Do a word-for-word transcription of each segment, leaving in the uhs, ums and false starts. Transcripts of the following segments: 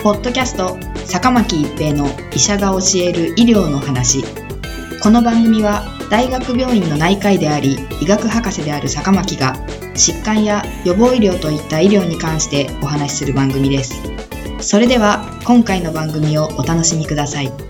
ポッドキャスト坂巻一平の医者が教える医療の話。この番組は大学病院の内科医であり医学博士である坂巻が疾患や予防医療といった医療に関してお話しする番組です。それでは今回の番組をお楽しみください。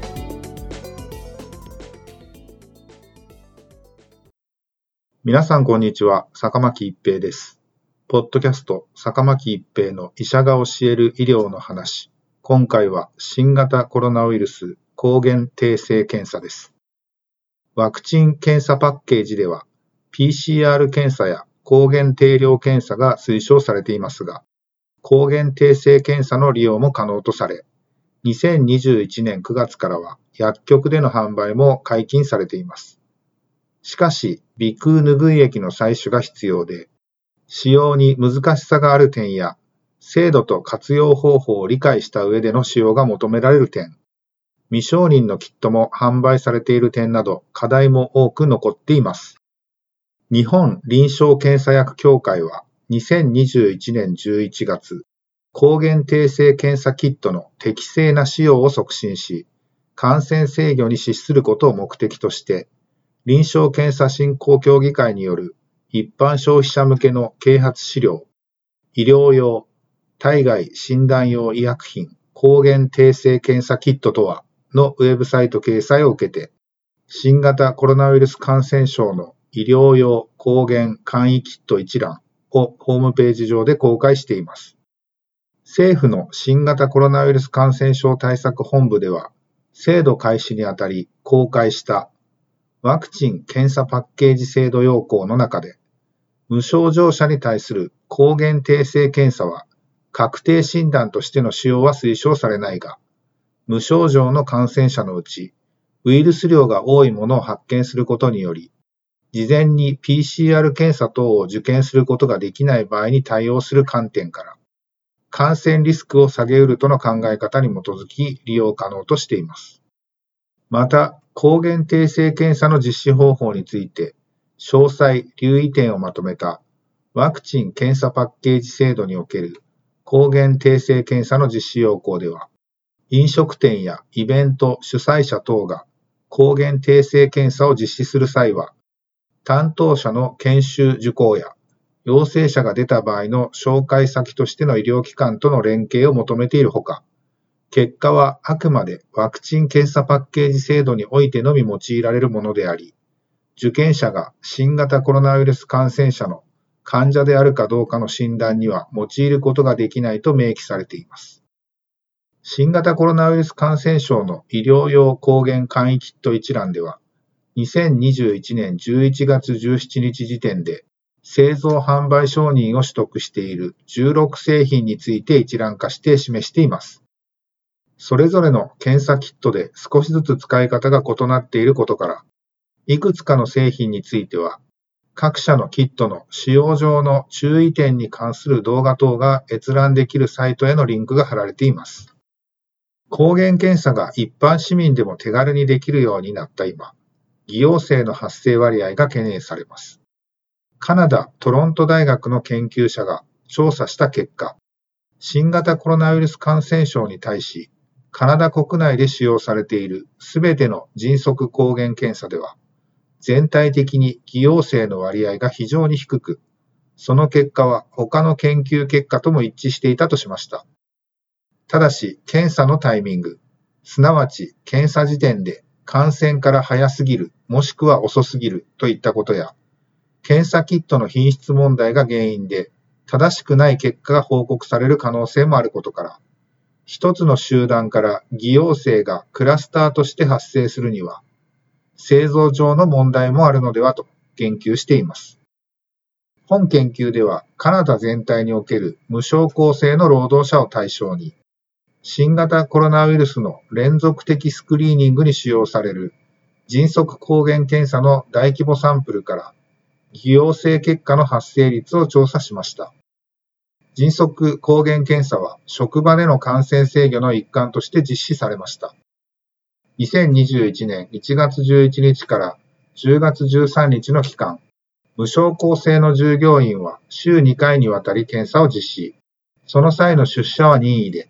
皆さんこんにちは、坂巻一平です。ポッドキャスト坂巻一平の医者が教える医療の話。今回は新型コロナウイルス抗原定性検査です。ワクチン検査パッケージでは ピーシーアール 検査や抗原定量検査が推奨されていますが、抗原定性検査の利用も可能とされ、にせんにじゅういちねんくがつからは薬局での販売も解禁されています。しかし、鼻腔拭い液の採取が必要で、使用に難しさがある点や、制度と活用方法を理解した上での使用が求められる点、未承認のキットも販売されている点など課題も多く残っています。日本臨床検査薬協会はにせんにじゅういちねんじゅういちがつ、抗原定性検査キットの適正な使用を促進し、感染制御に資することを目的として、臨床検査振興協議会による一般消費者向けの啓発資料、医療用、体外診断用医薬品抗原定性検査キットとはのウェブサイト掲載を受けて、新型コロナウイルス感染症の医療用抗原簡易キット一覧をホームページ上で公開しています。政府の新型コロナウイルス感染症対策本部では、制度開始にあたり公開したワクチン・検査パッケージ制度要項の中で、無症状者に対する抗原定性検査は、確定診断としての使用は推奨されないが、無症状の感染者のうち、ウイルス量が多いものを発見することにより、事前に ピーシーアール 検査等を受検することができない場合に対応する観点から、感染リスクを下げうるとの考え方に基づき利用可能としています。また、抗原定性検査の実施方法について、詳細・留意点をまとめたワクチン・検査パッケージ制度における抗原定性検査の実施要項では、飲食店やイベント主催者等が抗原定性検査を実施する際は、担当者の研修受講や陽性者が出た場合の紹介先としての医療機関との連携を求めているほか、結果はあくまでワクチン検査パッケージ制度においてのみ用いられるものであり、受験者が新型コロナウイルス感染者の患者であるかどうかの診断には用いることができないと明記されています。新型コロナウイルス感染症の医療用抗原簡易キット一覧では、にせんにじゅういちねんじゅういちがつじゅうしちにち時点で製造販売承認を取得しているじゅうろくせいひんについて一覧化して示しています。それぞれの検査キットで少しずつ使い方が異なっていることから、いくつかの製品については、各社のキットの使用上の注意点に関する動画等が閲覧できるサイトへのリンクが貼られています。抗原検査が一般市民でも手軽にできるようになった今、偽陽性の発生割合が懸念されます。カナダ・トロント大学の研究者が調査した結果、新型コロナウイルス感染症に対し、カナダ国内で使用されているすべての迅速抗原検査では、全体的に偽陽性の割合が非常に低く、その結果は他の研究結果とも一致していたとしました。ただし、検査のタイミング、すなわち検査時点で感染から早すぎるもしくは遅すぎるといったことや、検査キットの品質問題が原因で正しくない結果が報告される可能性もあることから、一つの集団から偽陽性がクラスターとして発生するには、製造上の問題もあるのではと言及しています。本研究ではカナダ全体における無症候性の労働者を対象に、新型コロナウイルスの連続的スクリーニングに使用される迅速抗原検査の大規模サンプルから偽陽性結果の発生率を調査しました。迅速抗原検査は職場での感染制御の一環として実施されました。にせんにじゅういちねんいちがつじゅういちにちからじゅうがつじゅうさんにちの期間、無症候性の従業員は週にかいにわたり検査を実施。その際の出社は任意で、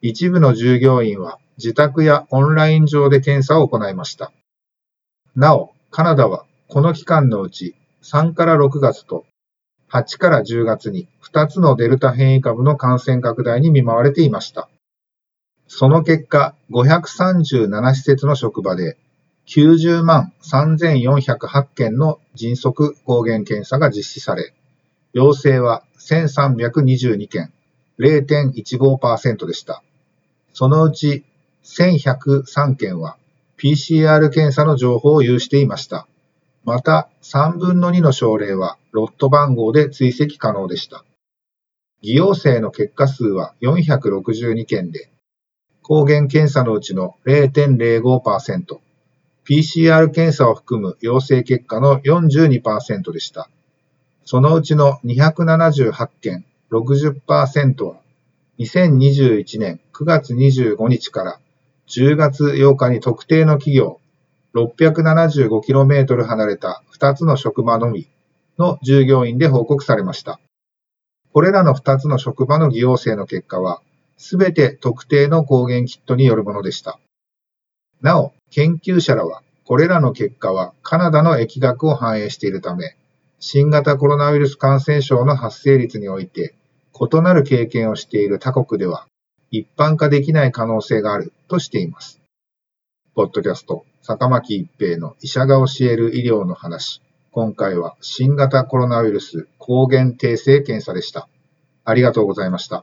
一部の従業員は自宅やオンライン上で検査を行いました。なお、カナダはこの期間のうちさんからろくがつとはちからじゅうがつにふたつのデルタ変異株の感染拡大に見舞われていました。その結果、ごひゃくさんじゅうななしせつの職場できゅうじゅうまんさんぜんよんひゃくはちけんの迅速抗原検査が実施され、陽性はせんさんびゃくにじゅうにけん、れいてんいちごパーセント でした。そのうちせんひゃくさんけんは ピーシーアール 検査の情報を有していました。また、さんぶんのにの症例はロット番号で追跡可能でした。偽陽性の結果数はよんひゃくろくじゅうにけんで、抗原検査のうちの れいてんれいごパーセント、ピーシーアール 検査を含む陽性結果の よんじゅうにパーセント でした。そのうちのにひゃくななじゅうはちけん、ろくじゅっパーセント はにせんにじゅういちねんくがつにじゅうごにちからじゅうがつようかに特定の企業、ろっぴゃくななじゅうごキロメートル 離れたふたつの職場のみの従業員で報告されました。これらのふたつの職場の偽陽性の結果は、すべて特定の抗原キットによるものでした。なお、研究者らは、これらの結果はカナダの疫学を反映しているため、新型コロナウイルス感染症の発生率において、異なる経験をしている他国では、一般化できない可能性があるとしています。ポッドキャスト、坂巻一平の医者が教える医療の話。今回は新型コロナウイルス抗原定性検査でした。ありがとうございました。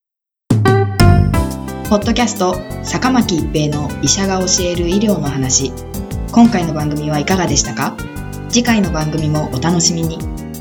ポッドキャスト、坂巻一平の医者が教える医療の話。今回の番組はいかがでしたか？次回の番組もお楽しみに。